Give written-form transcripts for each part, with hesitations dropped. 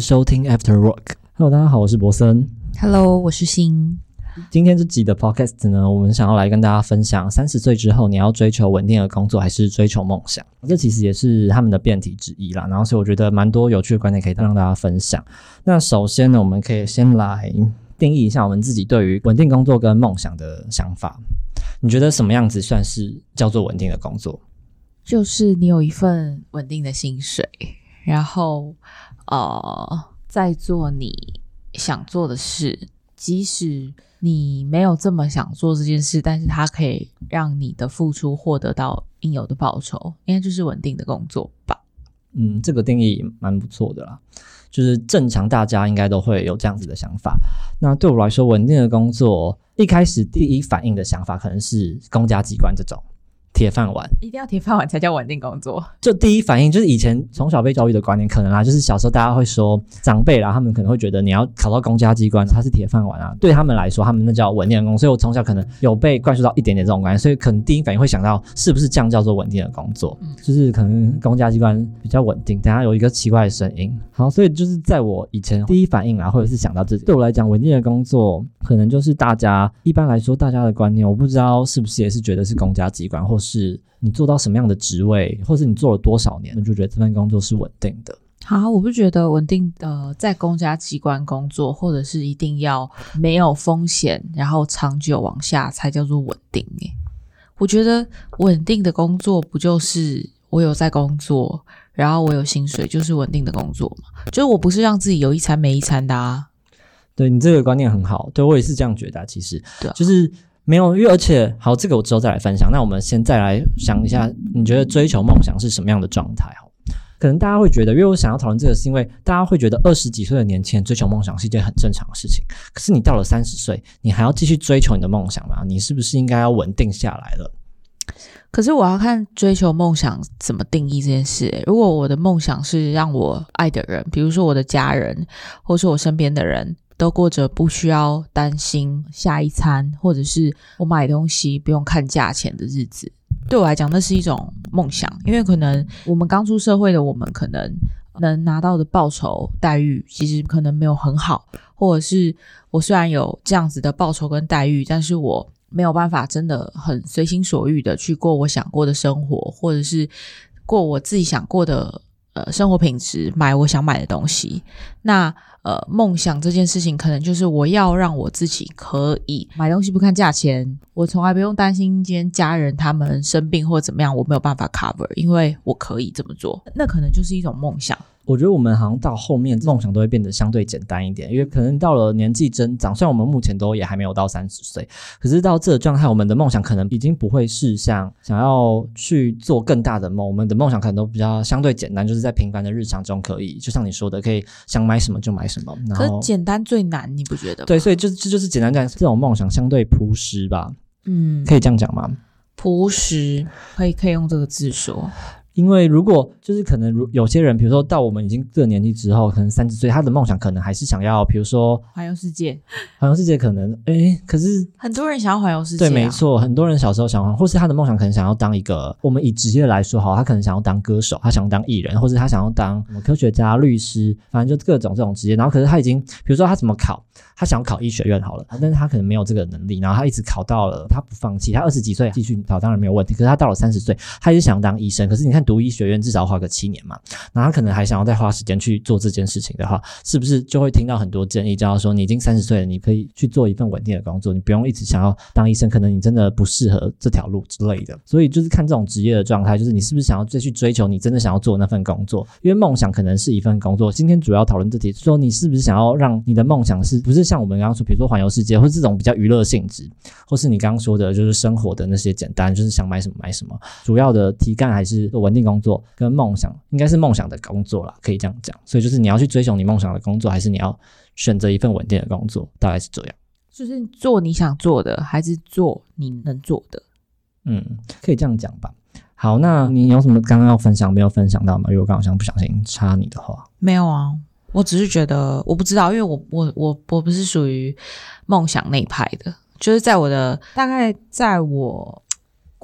收听 After Work。Hello， 大家好，我是博森。 Hello， 我是欣。 今天这集的 Podcast 呢，我们想要来跟大家分享30岁之后你要追求稳定的工作还是追求梦想，这其实也是他们的辩题之一啦。然后所以我觉得蛮多有趣的观点可以让大家分享。那首先呢，我们可以先来定义一下我们自己对于稳定工作跟梦想的想法。你觉得什么样子算是叫做稳定的工作？ 就是你有一份稳定的薪水，然后在做你想做的事，即使你没有这么想做这件事，但是它可以让你的付出获得到应有的报酬，应该就是稳定的工作吧。 这个定义蛮不错的啦，就是正常大家应该都会有这样子的想法。那对我来说，稳定的工作一开始第一反应的想法可能是公家机关这种铁饭碗， 一定要铁饭碗才叫稳定工作。 就第一反应就是以前从小被教育的观念可能啦，就是小时候大家会说长辈啦，他们可能会觉得你要考到公家机关它是铁饭碗啊，对他们来说他们那叫稳定的工作。所以我从小可能有被灌输到一点点这种观念，所以可能第一反应会想到是不是这样叫做稳定的工作，就是可能公家机关比较稳定。等一下有一个奇怪的声音，好，所以就是在我以前第一反应啦，或者是想到这，对我来讲稳定的工作可能就是大家一般来说大家的观念，我不知道是不是也是觉得是公家机关，或是你做到什么样的职位，或是你做了多少年，你就觉得这份工作是稳定的。 好，我不觉得稳定的在公家机关工作，或者是一定要没有风险，然后长久往下才叫做稳定耶。我觉得稳定的工作不就是我有在工作，然后我有薪水，就是稳定的工作嘛？就是我不是让自己有一餐没一餐的啊。 对，你这个观念很好，对，我也是这样觉得其实对啊， 就是没有，因为而且好，这个我之后再来分享。那我们先再来想一下，你觉得追求梦想是什么样的状态？可能大家会觉得，因为我想要讨论这个是因为大家会觉得20几岁的年轻人追求梦想是一件很正常的事情，可是你到了30岁，你还要继续追求你的梦想吗？你是不是应该要稳定下来了？ 可是我要看追求梦想怎么定义这件事。如果我的梦想是让我爱的人，比如说我的家人，或是我身边的人都过着不需要担心下一餐，或者是我买东西不用看价钱的日子，对我来讲那是一种梦想。因为可能我们刚出社会的我们可能能拿到的报酬待遇其实可能没有很好，或者是我虽然有这样子的报酬跟待遇，但是我没有办法真的很随心所欲的去过我想过的生活，或者是过我自己想过的生活品质，买我想买的东西。那梦想这件事情可能就是我要让我自己可以买东西不看价钱，我从来不用担心今天家人他们生病或怎么样我没有办法 cover， 因为我可以这么做，那可能就是一种梦想。 我觉得我们好像到后面梦想都会变得相对简单一点，因为可能到了年纪增长，虽然我们目前都也还没有到30岁，可是到这个状态，我们的梦想可能已经不会是像想要去做更大的梦，我们的梦想可能都比较相对简单，就是在平凡的日常中可以，就像你说的，可以想买什么就买什么。然后可是简单最难，你不觉得吗？ 对，所以这就是简单讲，这种梦想相对朴实吧。可以这样讲吗？ 朴实，可以用这个字说。 因为如果就是可能有些人比如说到我们已经这个年纪之后，可能30岁，他的梦想可能还是想要比如说环游世界。 环游世界可能可是很多人想要环游世界， 对，没错，很多人小时候想要，或是他的梦想可能想要当一个，我们以职业来说好，他可能想要当歌手，他想要当艺人，或是他想要当什么科学家、律师，反正就各种这种职业。然后可是他已经比如说他怎么考，他想要考医学院好了，但是他可能没有这个能力，然后他一直考到了，他不放弃，他20几岁继续考当然没有问题，可是他到了30岁，他也想当医生，可是你看读医学院至少花个7年嘛，然后他可能还想要再花时间去做这件事情的话，是不是就会听到很多建议，叫他说你已经30岁了，你可以去做一份稳定的工作，你不用一直想要当医生，可能你真的不适合这条路之类的。所以就是看这种职业的状态，就是你是不是想要再去追求你真的想要做的那份工作，因为梦想可能是一份工作。今天主要讨论这题说你是不是想要让你的梦想是不是像我们刚刚说比如说环游世界，或是这种比较娱乐性质，或是你刚刚说的就是生活的那些简单，就是想买什么买什么，主要的题干还是稳定工作跟梦想，应该是梦想的工作啦，可以这样讲。所以就是你要去追求你梦想的工作，还是你要选择一份稳定的工作，大概是这样。 就是做你想做的，还是做你能做的？ 可以这样讲吧。好，那你有什么刚刚要分享没有分享到吗？因为我刚好像不小心插你的话。 没有啊，我只是觉得我不知道，因为我不是属于梦想那一派的，就是在我的大概在我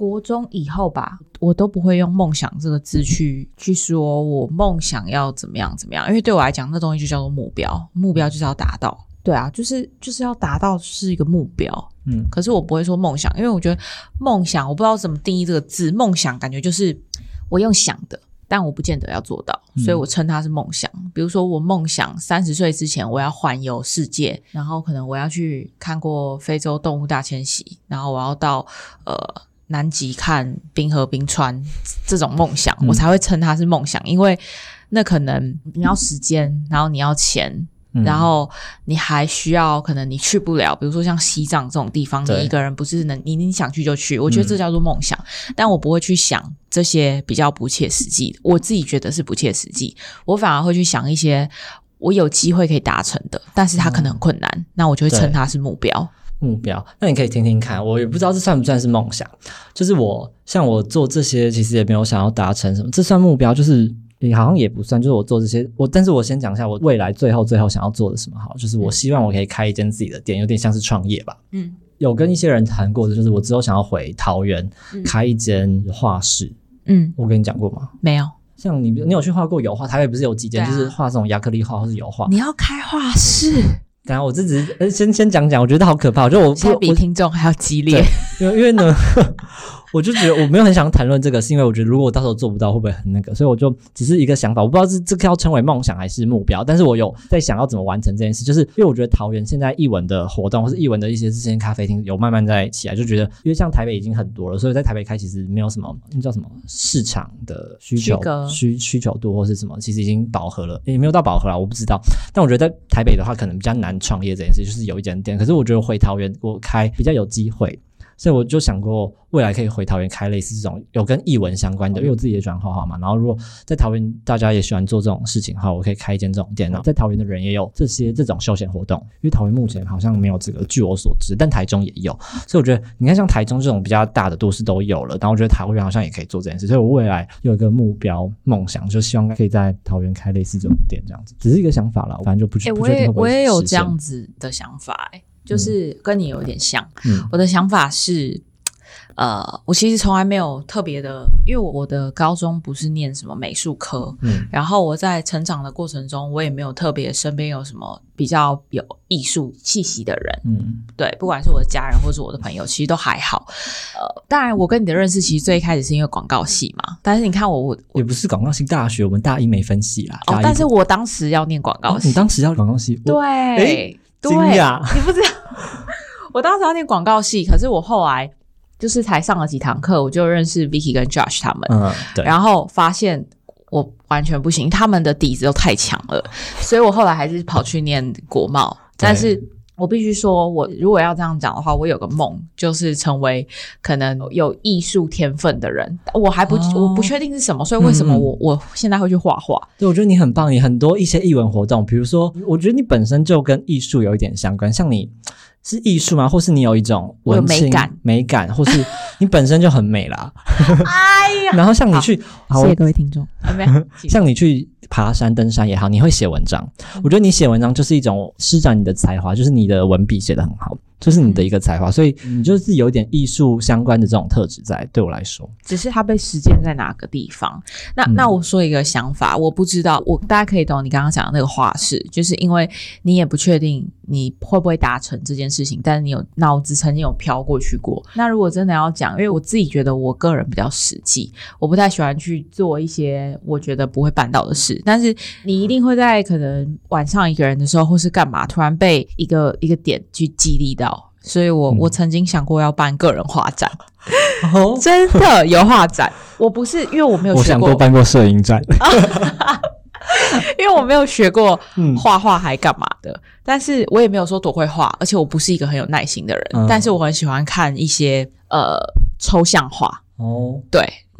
国中以后吧，我都不会用梦想这个字去说我梦想要怎么样怎么样，因为对我来讲那东西就叫做目标，目标就是要达到。对啊，就是要达到是一个目标。可是我不会说梦想，因为我觉得梦想我不知道怎么定义这个字，梦想感觉就是我用想的，但我不见得要做到，所以我称它是梦想。比如说我梦想30岁之前我要环游世界，然后可能我要去看过非洲动物大迁徙，然后我要到南极看冰河冰川，这种梦想我才会称它是梦想。因为那可能你要时间，然后你要钱，然后你还需要可能你去不了，比如说像西藏这种地方，你一个人不是你想去就去，我觉得这叫做梦想。但我不会去想这些比较不切实际的，我自己觉得是不切实际，我反而会去想一些我有机会可以达成的，但是它可能很困难，那我就会称它是目标。 那你可以听听看，我也不知道这算不算是梦想，就是像我做这些其实也没有想要达成什么，这算目标就是好像也不算，就是我做这些但是我先讲一下我未来最后想要做的什么好，就是我希望我可以开一间自己的店，有点像是创业吧。有跟一些人谈过的，就是我之后想要回桃园开一间画室。我跟你讲过吗？ 没有。 像你有去画过油画，台北不是有几间就是画这种亚克力画或是油画。 你要开画室？ 当然我这只是先讲，我觉得好可怕，我觉得现在比听众还要激烈。 因为呢我就觉得我没有很想谈论这个，是因为我觉得如果我到时候做不到会不会很那个，所以我就只是一个想法，我不知道这个要称为梦想还是目标，但是我有在想要怎么完成这件事。就是因为我觉得桃园现在艺文的活动或是艺文的一些这些咖啡厅有慢慢在起来，就觉得因为像台北已经很多了，所以在台北开其实没有什么那叫什么市场的需求度或是什么，其实已经饱和了，也没有到饱和啦，我不知道。但我觉得在台北的话可能比较难创业这件事，就是有一间店，可是我觉得回桃园我开比较有机会，所以我就想过未来可以回桃园开类似这种有跟艺文相关的，因为我自己也喜欢画画嘛，然后如果在桃园大家也喜欢做这种事情的话，我可以开一间这种店，然后在桃园的人也有这种休闲活动，因为桃园目前好像没有这个，据我所知，但台中也有，所以我觉得你看像台中这种比较大的都市都有了，然后我觉得桃园好像也可以做这件事，所以我未来有一个目标梦想，就希望可以在桃园开类似这种店这样子，只是一个想法啦，反正就不确定会不会实现。 我也有这样子的想法就是跟你有点像。我的想法是我其实从来没有特别的，因为我的高中不是念什么美术科，然后我在成长的过程中我也没有特别身边有什么比较有艺术气息的人，对，不管是我的家人或是我的朋友其实都还好。当然我跟你的认识其实最一开始是因为广告系嘛，但是你看我也不是广告系大学，我们大一没分系啦。 但是我当时要念广告系。 你当时要广告系？ 对， 惊讶， 你不知道我当时要念广告系，可是我后来就是才上了几堂课，我就认识 Vicky 跟 Josh 他们，对，然后发现我完全不行，他们的底子都太强了，所以我后来还是跑去念国贸。但是我必须说，我如果要这样讲的话，我有个梦，就是成为可能有艺术天分的人。我不确定是什么，所以为什么我现在会去画画？对， 我觉得你很棒，你很多一些艺文活动，比如说，我觉得你本身就跟艺术有一点相关，像你是艺术吗？或是你有一种文青美感，或是你本身就很美啦。 哎呀， 然后像你去， 谢谢各位听众。 像你去爬山登山也好，你会写文章，我觉得你写文章就是一种施展你的才华，就是你的文笔写得很好，就是你的一个才华，所以你就是有点艺术相关的这种特质在，对我来说， 只是它被实践在哪个地方。那我说一个想法，我不知道，大家可以懂你刚刚讲的那个画室，就是因为你也不确定你会不会达成这件事情，但是你有脑子曾经有飘过去过。那如果真的要讲，因为我自己觉得我个人比较实际，我不太喜欢去做一些我觉得不会办到的事，但是你一定会在可能晚上一个人的时候或是干嘛，突然被一个点去激励到，所以我曾经想过要办个人画展。真的有画展，我不是因为我没有学过， 我想过办过摄影展。 因为我没有学过画画还干嘛的，但是我也没有说多会画，而且我不是一个很有耐心的人，但是我很喜欢看一些抽象画。对，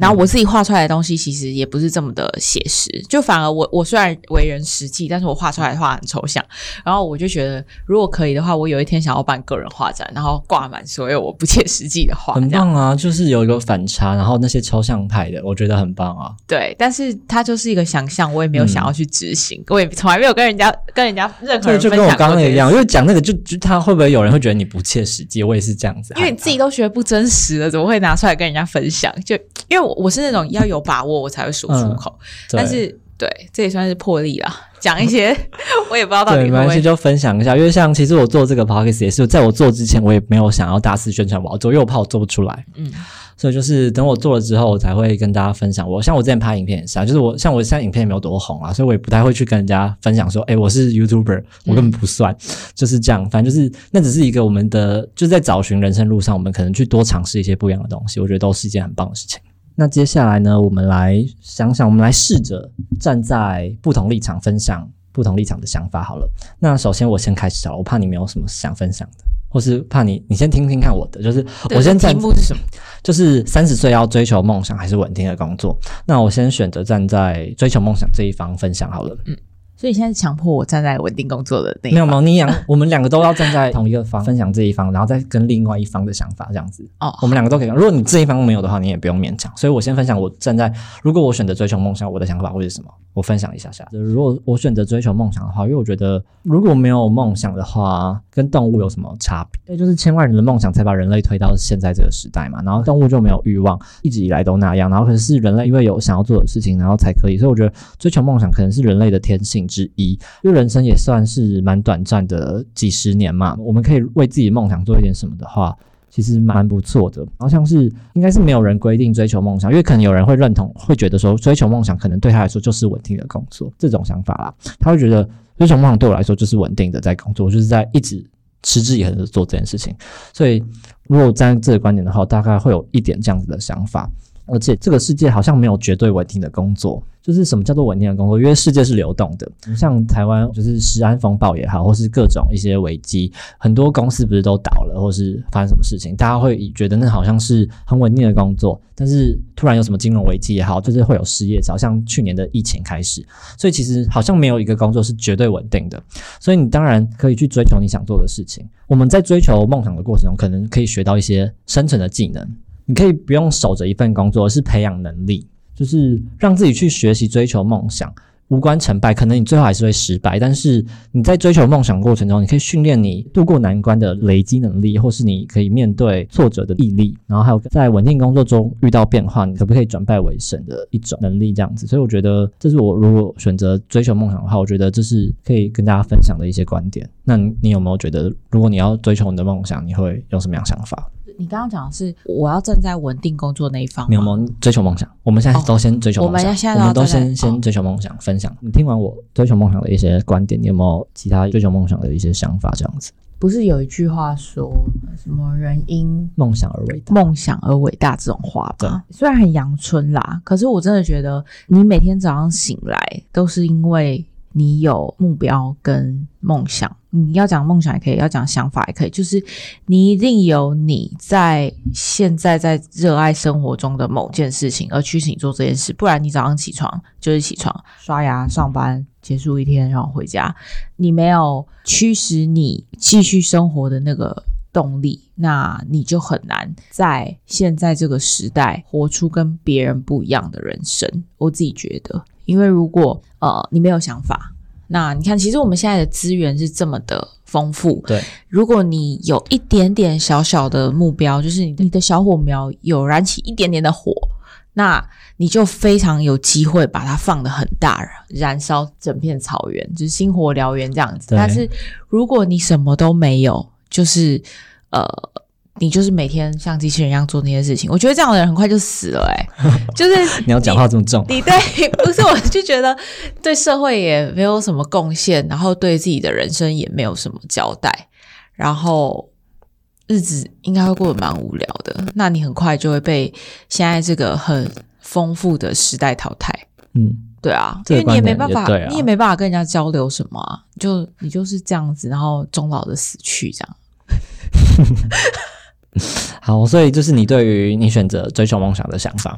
然后我自己画出来的东西其实也不是这么的写实，就反而我虽然为人实际，但是我画出来的画很抽象。然后我就觉得如果可以的话，我有一天想要办个人画展，然后挂满所有我不切实际的画。 很棒啊，就是有一个反差，然后那些抽象派的我觉得很棒啊。 对，但是它就是一个想象，我也没有想要去执行，我也从来没有跟人家任何人分享过。 就跟我刚刚一样，因为讲那个就他会不会有人会觉得你不切实际？我也是这样子， 因为你自己都觉得不真实了，怎么会拿出来跟人家分享？就因为我是那种要有把握我才会说出口，但是对，这也算是破例啦。讲一些我也不知道到底会不会。对，没关系， 就分享一下。因为像其实我做这个 podcast 也是在我做之前，我也没有想要大肆宣传我要做，因为我怕我做不出来。所以就是等我做了之后，我才会跟大家分享。像我之前拍影片也是啊，就是我现在影片也没有多红啊，所以我也不太会去跟人家分享说，我是 YouTuber， 我根本不算，就是这样。反正就是那只是一个我们的，就是在找寻人生路上，我们可能去多尝试一些不一样的东西，我觉得都是一件很棒的事情。那接下来呢，我们来想想，我们来试着站在不同立场分享不同立场的想法好了。那首先我先开始好了，我怕你没有什么想分享的，或是怕你先听听看我的，就是我先站， 题目是什么？ 就是30岁要追求梦想还是稳定的工作。那我先选择站在追求梦想这一方分享好了。 所以现在是强迫我站在稳定工作的那一方。 没有，我们两个都要站在同一个方分享这一方，然后再跟另外一方的想法这样子。我们两个都可以。如果你这一方没有的话，你也不用勉强。所以我先分享我站在，如果我选择追求梦想，我的想法会是什么？我分享一下下。如果我选择追求梦想的话，因为我觉得如果没有梦想的话，跟动物有什么差别？所以就是千万人的梦想才把人类推到现在这个时代嘛。然后动物就没有欲望，一直以来都那样。然后可是人类因为有想要做的事情，然后才可以。所以我觉得追求梦想可能是人类的天性之一。因为人生也算是蛮短暂的几十年嘛，我们可以为自己的梦想做一点什么的话，其实蛮不错的。然后像是应该是没有人规定追求梦想，因为可能有人会认同，会觉得说追求梦想可能对他来说就是稳定的工作，这种想法啦，他会觉得追求梦想对我来说就是稳定的在工作，就是在一直持之以恒的做这件事情。所以如果站在这个观点的话，大概会有一点这样子的想法。而且这个世界好像没有绝对稳定的工作，就是什么叫做稳定的工作？因为世界是流动的，像台湾就是食安风暴也好，或是各种一些危机，很多公司不是都倒了，或是发生什么事情，大家会觉得那好像是很稳定的工作，但是突然有什么金融危机也好，就是会有失业潮，像去年的疫情开始，所以其实好像没有一个工作是绝对稳定的，所以你当然可以去追求你想做的事情。我们在追求梦想的过程中，可能可以学到一些生存的技能。你可以不用守着一份工作，而是培养能力，就是让自己去学习追求梦想，无关成败，可能你最后还是会失败，但是你在追求梦想过程中，你可以训练你度过难关的累积能力，或是你可以面对挫折的毅力，然后还有在稳定工作中遇到变化，你可不可以转败为胜的一种能力这样子。所以我觉得这是我如果选择追求梦想的话，我觉得这是可以跟大家分享的一些观点。那你有没有觉得如果你要追求你的梦想，你会有什么样的想法？ 你刚刚讲的是我要站在稳定工作那一方吗？ 没有追求梦想，我们现在都先追求梦想，我们都先追求梦想分享。你听完我追求梦想的一些观点，你有没有其他追求梦想的一些想法这样子？ 不是有一句话说什么人因梦想而伟大这种话吧？ 虽然很阳春啦，可是我真的觉得你每天早上醒来都是因为你有目标跟梦想，你要讲梦想也可以，要讲想法也可以，就是你一定有你在现在在热爱生活中的某件事情而驱使你做这件事，不然你早上起床就是起床刷牙上班结束一天然后回家，你没有驱使你继续生活的那个动力，那你就很难在现在这个时代活出跟别人不一样的人生。我自己觉得，因为如果你没有想法，那你看其实我们现在的资源是这么的丰富， 对， 如果你有一点点小小的目标，就是你的小火苗有燃起一点点的火，那你就非常有机会把它放得很大，燃烧整片草原，就是星火燎原这样子。但是如果你什么都没有，就是你就是每天像机器人一样做那些事情，我觉得这样的人很快就死了就是你要讲话这么重， 你对，不是，我就觉得对社会也没有什么贡献，然后对自己的人生也没有什么交代，然后日子应该会过得蛮无聊的，那你很快就会被现在这个很丰富的时代淘汰。对啊，因为你也没办法，你也没办法跟人家交流什么啊，你就是这样子，然后终老的死去这样。 好，所以这是你对于你选择追求梦想的想法吗？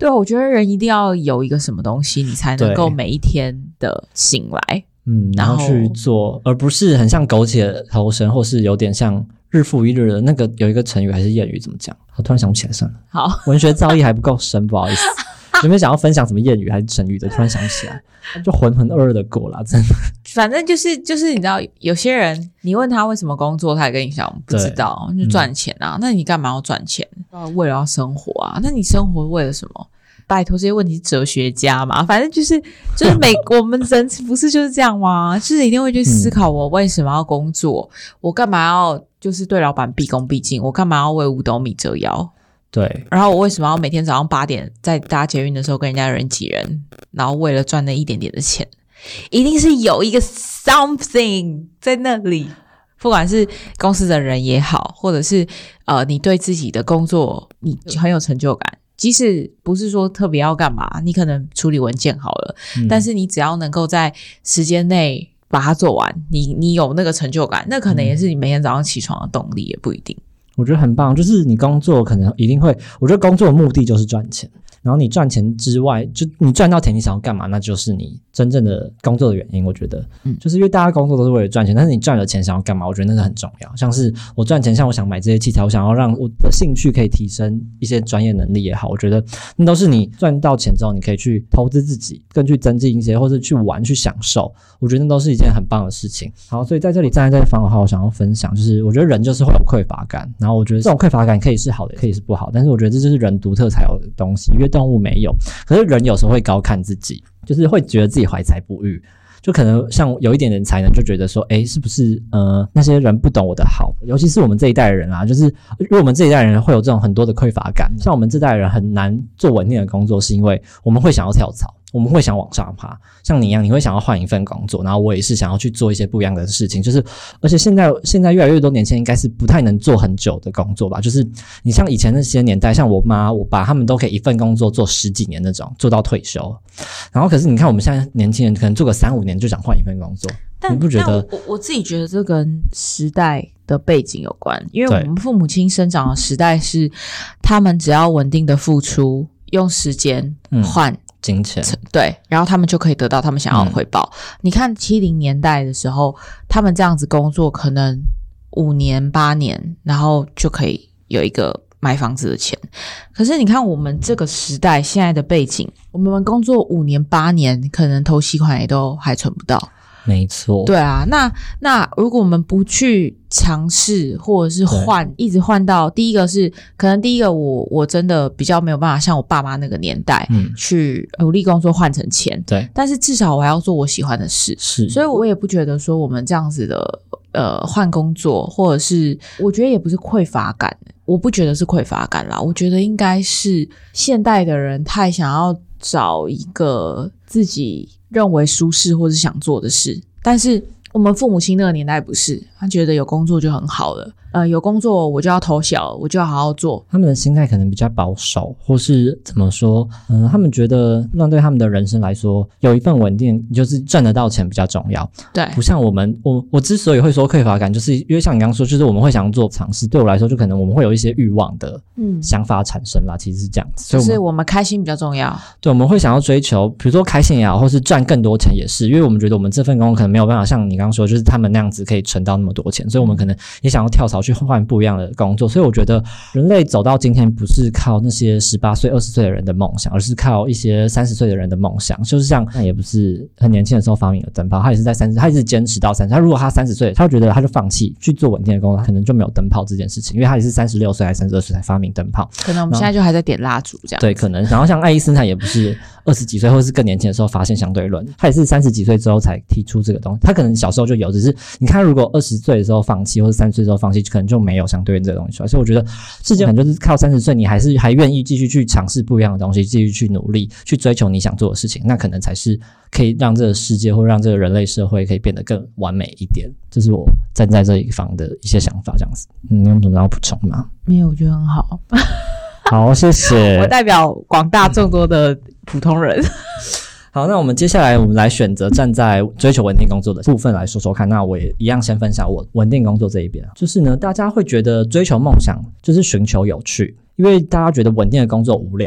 对，我觉得人一定要有一个什么东西，你才能够每一天的醒来， 然后去做，而不是很像苟且偷生，或是有点像日复一日的那个。有一个成语还是谚语怎么讲？我突然想不起来，算了。 好， 文学造诣还不够深，不好意思。有没有想要分享什么谚语还是成语的？突然想不起来，就浑浑噩噩的过啦，真的。 反正就是你知道，有些人你问他为什么工作，他也跟你讲不知道，就赚钱啊。那你干嘛要赚钱？为了要生活啊。那你生活为了什么？拜托，这些问题是哲学家嘛？反正就是我们人不是就是这样吗？就是一定会去思考，我为什么要工作？我干嘛要就是对老板毕恭毕敬？我干嘛要为五斗米折腰？ 对， 然后我为什么要每天早上8点在搭捷运的时候跟人家人挤人，然后为了赚那一点点的钱？一定是有一个 something 在那里，不管是公司的人也好，或者是你对自己的工作你很有成就感，即使不是说特别要干嘛，你可能处理文件好了，但是你只要能够在时间内把它做完，你有那个成就感，那可能也是你每天早上起床的动力，也不一定。 我觉得很棒，就是你工作可能一定会，我觉得工作的目的就是赚钱，然后你赚钱之外，就你赚到钱你想要干嘛，那就是你真正的工作的原因。我觉得就是因为大家工作都是为了赚钱，但是你赚了钱想要干嘛，我觉得那个很重要。像是我赚钱，像我想买这些器材，我想要让我的兴趣可以提升一些专业能力也好，我觉得那都是你赚到钱之后你可以去投资自己，更去增进一些，或是去玩去享受，我觉得那都是一件很棒的事情。好，所以在这里站在这方的话，我想要分享就是我觉得人就是会有匮乏感，然后我觉得这种匮乏感可以是好的也可以是不好，但是我觉得这就是人独特才有的东西，因为动物没有。可是人有时候会高看自己，就是会觉得自己怀才不遇，就可能像有一点点才能就觉得说是不是那些人不懂我的好，尤其是我们这一代的人啊，就是因为我们这一代人会有这种很多的匮乏感，像我们这代人很难做稳定的工作，是因为我们会想要跳槽，我们会想往上爬，像你一样，你会想要换一份工作，然后我也是想要去做一些不一样的事情，就是而且现在越来越多年轻人应该是不太能做很久的工作吧，就是你像以前那些年代，像我妈我爸他们都可以一份工作做10几年那种，做到退休，然后可是你看我们现在年轻人可能做个3-5年就想换一份工作，你不觉得？ 我自己觉得这跟时代的背景有关，因为我们父母亲生长的时代是他们只要稳定的付出，用时间换金钱， 对，然后他们就可以得到他们想要的回报。你看70年代的时候，他们这样子工作可能5年8年，然后就可以有一个买房子的钱。可是你看我们这个时代现在的背景，我们工作5年8年，可能头期款也都还存不到。 没错， 对啊，那如果我们不去尝试，或者是一直换到第一个是，可能第一个我真的比较没有办法像我爸妈那个年代，去努力工作换成钱， 对， 但是至少我要做我喜欢的事， 是， 所以我也不觉得说我们这样子的换工作，或者是我觉得也不是匮乏感，我不觉得是匮乏感啦，我觉得应该是现代的人太想要找一个自己认为舒适或是想做的事，但是我们父母亲那个年代不是，他觉得有工作就很好了，有工作我就要投小，我就要好好做。 他们的心态可能比较保守，或是怎么说，他们觉得那对他们的人生来说，有一份稳定就是赚得到钱比较重要。 对， 不像我之所以会说匮乏感，就是因为像你刚刚说，就是我们会想做尝试，对我来说就可能我们会有一些欲望的想法产生啦，其实是这样子。所以就是我们开心比较重要。 对，我们会想要追求，比如说开心也好，或是赚更多钱也是，因为我们觉得我们这份工作可能没有办法像你刚刚说，就是他们那样子可以存到那么多钱，所以我们可能也想要跳槽去换不一样的工作。所以我觉得人类走到今天不是靠那些18岁20岁的人的梦想，而是靠一些30岁的人的梦想。就是像那也不是很年轻的时候发明了灯泡，他也是在他一直坚持到30岁。他如果他30岁，他会觉得他就放弃去做稳定的工作，他可能就没有灯泡这件事情，因为他也是36岁还是32岁才发明灯泡。 可能我们现在就还在点蜡烛这样。 对，可能。然后像爱因斯坦也不是20几岁或是更年轻的时候发现相对论，他也是30几岁之后才提出这个东西。他可能小时候就有，只是你看如果20岁的时候放弃，或者30岁的时候放弃，可能就没有相对论这个东西出来。所以我觉得世界可能就是靠30岁你还愿意继续去尝试不一样的东西，继续去努力去追求你想做的事情，那可能才是可以让这个世界或让这个人类社会可以变得更完美一点。这是我站在这一方的一些想法这样子。你有什么要补充吗？ 没有，我觉得很好。 好，谢谢。 我代表广大众多的普通人。 好，那我们接下来我们来选择站在追求稳定工作的部分来说说看。那我也一样先分享我稳定工作这一边，就是呢，大家会觉得追求梦想就是寻求有趣，因为大家觉得稳定的工作无聊，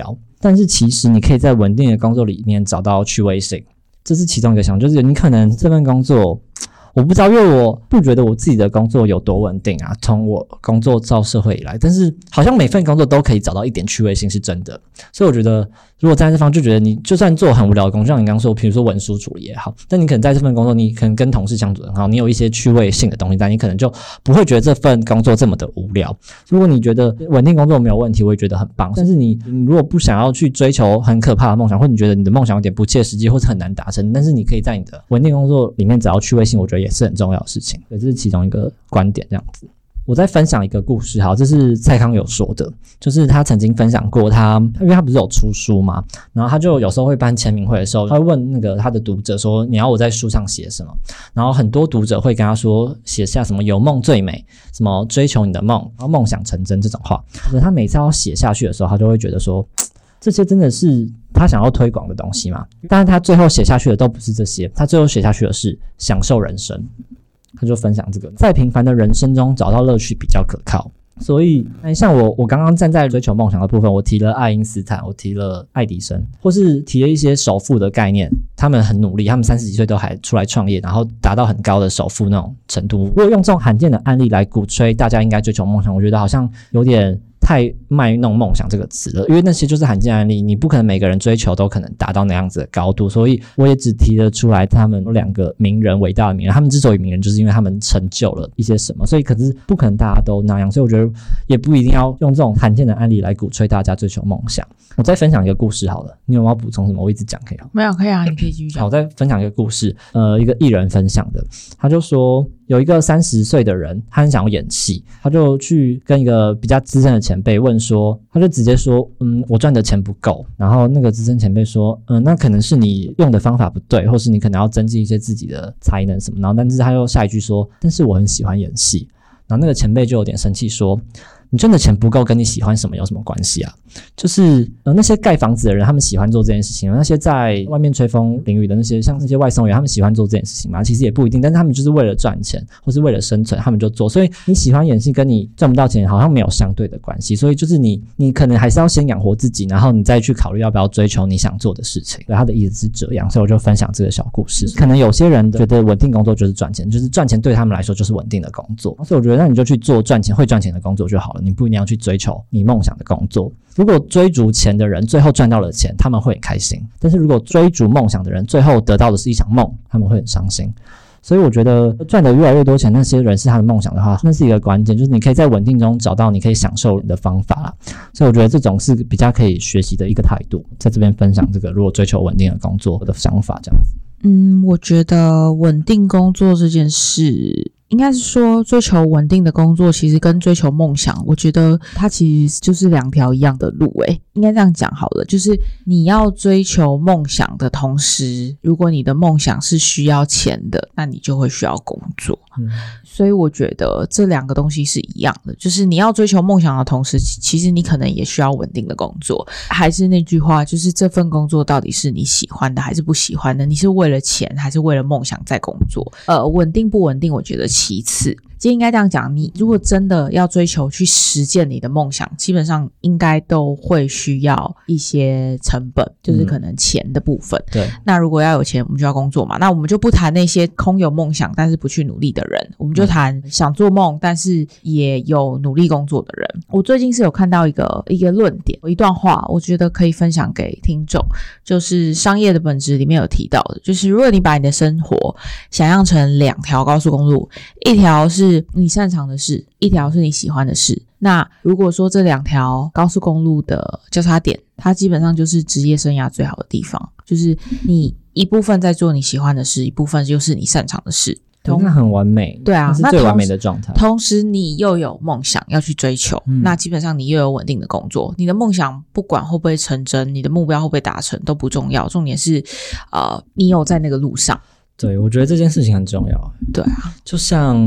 但是其实你可以在稳定的工作里面找到趣味性，这是其中一个想法。就是你可能这份工作我不知道，因为我不觉得我自己的工作有多稳定啊，从我工作到社会以来，但是好像每份工作都可以找到一点趣味性，是真的。所以我觉得如果在这方就觉得你就算做很无聊的工作，像你刚刚说比如说文书处理也好，但你可能在这份工作你可能跟同事相处很好，你有一些趣味性的东西，但你可能就不会觉得这份工作这么的无聊。如果你觉得稳定工作没有问题，我也觉得很棒，但是你如果不想要去追求很可怕的梦想，或者你觉得你的梦想有点不切实际或是很难达成，但是你可以在你的稳定工作里面找到趣味性，我觉得也是很重要的事情。对，这是其中一个观点这样子。我再分享一个故事，好，这是蔡康永说的，就是他曾经分享过因为他不是有出书嘛，然后他就有时候会办签名会的时候，他会问那个他的读者说你要我在书上写什么，然后很多读者会跟他说写下什么有梦最美，什么追求你的梦，然后梦想成真这种话。可是他每次要写下去的时候，他就会觉得说这些真的是他想要推广的东西嘛？但是他最后写下去的都不是这些，他最后写下去的是享受人生。他就分享这个，在平凡的人生中找到乐趣比较可靠。所以像我刚刚站在追求梦想的部分，我提了爱因斯坦，我提了爱迪生，或是提了一些首富的概念，他们很努力，他们30几岁都还出来创业，然后达到很高的首富那种程度。如果用这种罕见的案例来鼓吹大家应该追求梦想，我觉得好像有点太卖弄梦想这个词了，因为那些就是罕见案例，你不可能每个人追求都可能达到那样子的高度，所以我也只提了出来他们有2个名人，伟大的名人，他们之所以名人就是因为他们成就了一些什么，所以可是不可能大家都那样，所以我觉得也不一定要用这种罕见的案例来鼓吹大家追求梦想。我再分享一个故事好了，你有没有要补充什么？我一直讲可以吗？ 没有，可以啊，你可以继续讲。 好，我再分享一个故事，一个艺人分享的，他就说有一个30岁的人，他很想要演戏，他就去跟一个比较资深的前辈问说，他就直接说我赚的钱不够，然后那个资深前辈说那可能是你用的方法不对，或是你可能要增进一些自己的才能什么，然后但是他又下一句说但是我很喜欢演戏，然后那个前辈就有点生气说你赚的钱不够跟你喜欢什么有什么关系啊？就是那些盖房子的人他们喜欢做这件事情，那些在外面吹风淋雨的那些像那些外送员他们喜欢做这件事情吗？其实也不一定，但是他们就是为了赚钱或是为了生存他们就做，所以你喜欢演戏跟你赚不到钱好像没有相对的关系，所以就是你可能还是要先养活自己，然后你再去考虑要不要追求你想做的事情。对，他的意思是这样，所以我就分享这个小故事。可能有些人觉得稳定工作就是赚钱，就是赚钱对他们来说就是稳定的工作，所以我觉得那你就去做会赚钱的工作就好了，你不一定要去追求你梦想的工作。如果追逐钱的人最后赚到了钱，他们会很开心，但是如果追逐梦想的人最后得到的是一场梦，他们会很伤心。所以我觉得赚得越来越多钱那些人是他的梦想的话，那是一个关键，就是你可以在稳定中找到你可以享受的方法啦。所以我觉得这种是比较可以学习的一个态度，在这边分享这个如果追求稳定的工作的想法这样子。 我觉得稳定工作这件事应该是说追求稳定的工作其实跟追求梦想，我觉得它其实就是2条一样的路应该这样讲好了，就是你要追求梦想的同时，如果你的梦想是需要钱的，那你就会需要工作。所以我觉得这2个东西是一样的，就是你要追求梦想的同时，其实你可能也需要稳定的工作。还是那句话，就是这份工作到底是你喜欢的还是不喜欢的，你是为了钱还是为了梦想在工作。稳定不稳定我觉得其次，其实应该这样讲，你如果真的要追求去实践你的梦想，基本上应该都会需要一些成本，就是可能钱的部分。 对， 那如果要有钱我们就要工作嘛，那我们就不谈那些空有梦想但是不去努力的人，我们就谈想做梦但是也有努力工作的人。我最近是有看到一个论点，一段话我觉得可以分享给听众，就是商业的本质里面有提到的，就是如果你把你的生活想象成2条高速公路，一条是你擅长的事，一条是你喜欢的事，那如果说这2条高速公路的交叉点，它基本上就是职业生涯最好的地方，就是你一部分在做你喜欢的事，一部分就是你擅长的事， 那很完美。 对啊， 那是最完美的状态。 同时你又有梦想要去追求，那基本上你又有稳定的工作，你的梦想不管会不会成真，你的目标会不会达成都不重要，重点是你有在那个路上。 对，我觉得这件事情很重要。 对啊， 就像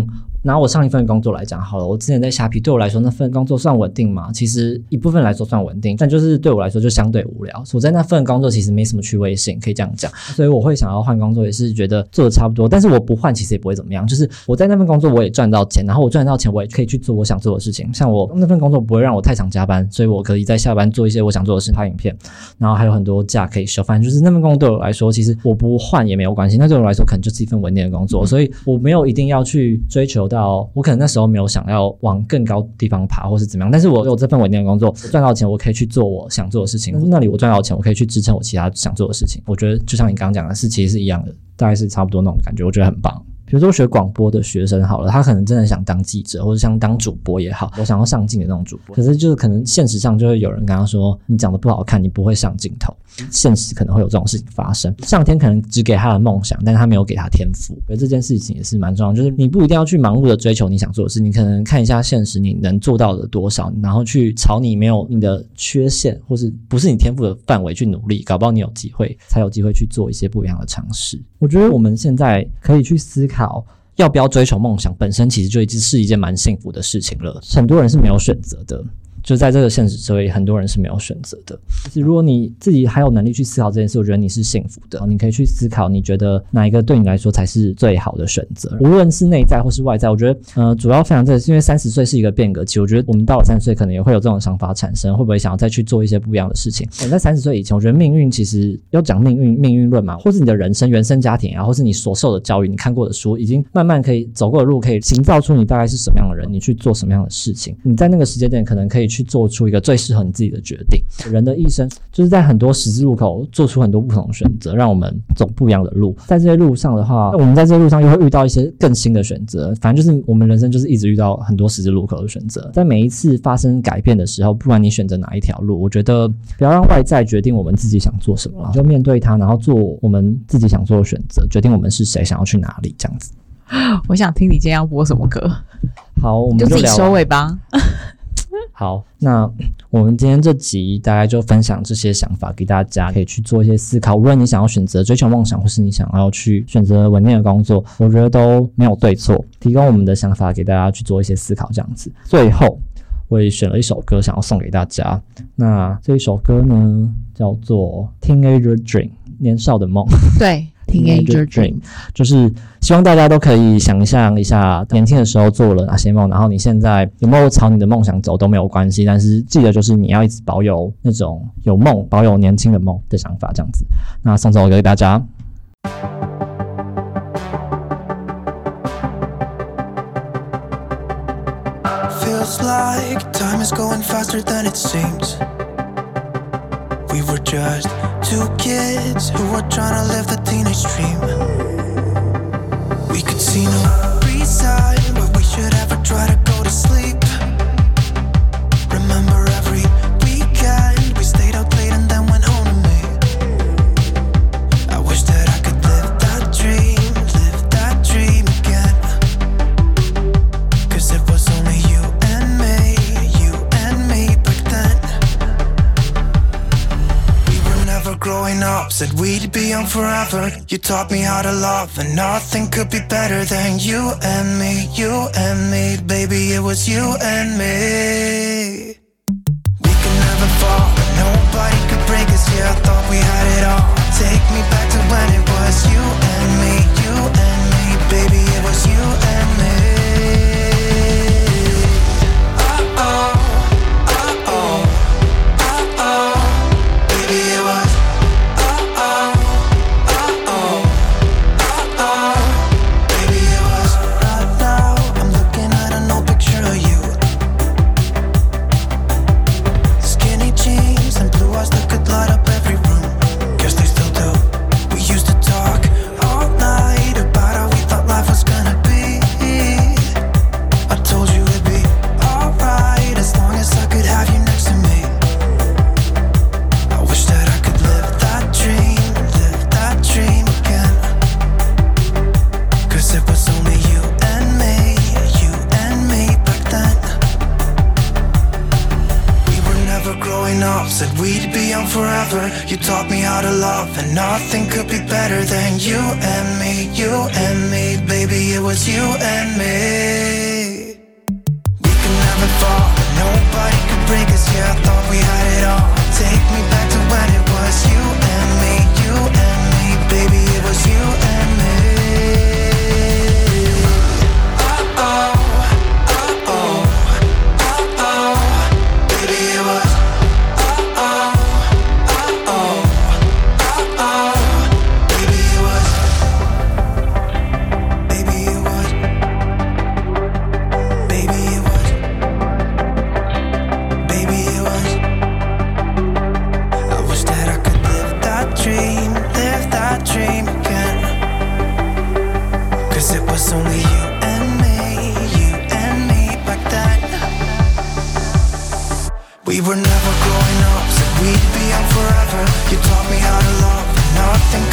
拿我上一份工作来讲好了，我之前在虾皮，对我来说那份工作算稳定吗？其实一部分来说算稳定，但就是对我来说就相对无聊。我在那份工作其实没什么趣味性，可以这样讲，所以我会想要换工作，也是觉得做的差不多，但是我不换其实也不会怎么样。就是我在那份工作我也赚到钱，然后我赚到钱我也可以去做我想做的事情。像我那份工作不会让我太常加班，所以我可以在下班做一些我想做的事，拍影片，然后还有很多假可以休。反正就是那份工作对我来说，其实我不换也没有关系。那对我来说可能就是一份稳定的工作，所以我没有一定要去追求到，我可能那时候没有想要往更高地方爬或是怎么样，但是我有这份稳定的工作，赚到钱我可以去做我想做的事情，那里我赚到钱我可以去支撑我其他想做的事情。我觉得就像你刚刚讲的是其实是一样的，大概是差不多那种感觉，我觉得很棒。比如说学广播的学生好了，他可能真的想当记者或者想当主播也好，我想要上镜的那种主播，可是就是可能现实上就会有人跟他说你长得不好看，你不会上镜头，现实可能会有这种事情发生。上天可能只给他的梦想，但是他没有给他天赋，所以这件事情也是蛮重要，就是你不一定要去盲目的追求你想做的事，你可能看一下现实你能做到的多少，然后去朝你没有你的缺陷或是不是你天赋的范围去努力，搞不好你有机会才有机会去做一些不一样的尝试。我觉得我们现在可以去思考要不要追求梦想本身其实就已经是一件蛮幸福的事情了。很多人是没有选择的，就在这个现实社会很多人是没有选择的。如果你自己还有能力去思考这件事，我觉得你是幸福的。你可以去思考你觉得哪一个对你来说才是最好的选择，无论是内在或是外在。我觉得主要分享这个是因为30岁是一个变革期，我觉得我们到了30岁可能也会有这种想法产生，会不会想要再去做一些不一样的事情。在30岁以前，我觉得命运其实要讲命运论嘛，或是你的人生原生家庭啊，或是你所受的教育，你看过的书，已经慢慢可以走过的路，可以营造出你大概是什么样的人，你去做什么样的事情，你在那个时间点可能可以去做出一个最适合你自己的决定。人的一生就是在很多十字路口做出很多不同的选择，让我们走不一样的路。在这些路上的话，我们在这些路上又会遇到一些更新的选择，反正就是我们人生就是一直遇到很多十字路口的选择。在每一次发生改变的时候，不管你选择哪一条路，我觉得不要让外在决定我们自己想做什么，就面对它，然后做我们自己想做的选择，决定我们是谁，想要去哪里，这样子。 我想听你今天要播什么歌。 好，我们就自己收尾吧。 好，那我们今天这集大概就分享这些想法给大家，可以去做一些思考。无论你想要选择追求梦想，或是你想要去选择稳定的工作，我觉得都没有对错，提供我们的想法给大家去做一些思考这样子。最后我也选了一首歌想要送给大家，那这一首歌呢叫做 Teenager Dream 年少的梦。 对，Teenager Dream 就是希望大家都可以想象一下年轻的时候做了哪些梦，然后你现在有没有朝你的梦想走都没有关系，但是记得就是你要一直保有那种有梦，保有年轻的梦的想法这样子。那送这首歌给大家。 Feels like time is going faster than it seems. We were just two kids who were trying to live the teenage dream. We could see no reason why we should ever try to go to sleep. Remember every weekend we stayed out late and then went home to me. I wish that I could live that dream again. 'Cause it was only you and me back then. We were never growing up, said we'd be young forever. You taught me how to love, and nothing could be better than you and me, baby, it was you and me. We could never fall, nobody could break us, yeah, I thought we had it all. Take me back to when it was you and me, baby, it was you and me. Baby, it was baby, it was. Now I'm looking at an old picture of you. Skinny jeans and blue eyes that could light up every room. Guess they still do. We used to talk all night about how we thought life was gonna be. I told you it'd be alright as long as I could have you next to me. I wish that I could live that dream again. 'Cause it was only you and me back then. We were never growing up, said we'd be young forever. You taught me how to love, and nothing could be better than you and me, baby, it was you and me. yeah, I thought we had it all. Take me back to when it was you and me, baby, it was you and me. Only you and me back then. We were never growing up, said we'd be young forever. You taught me how to love, and now I think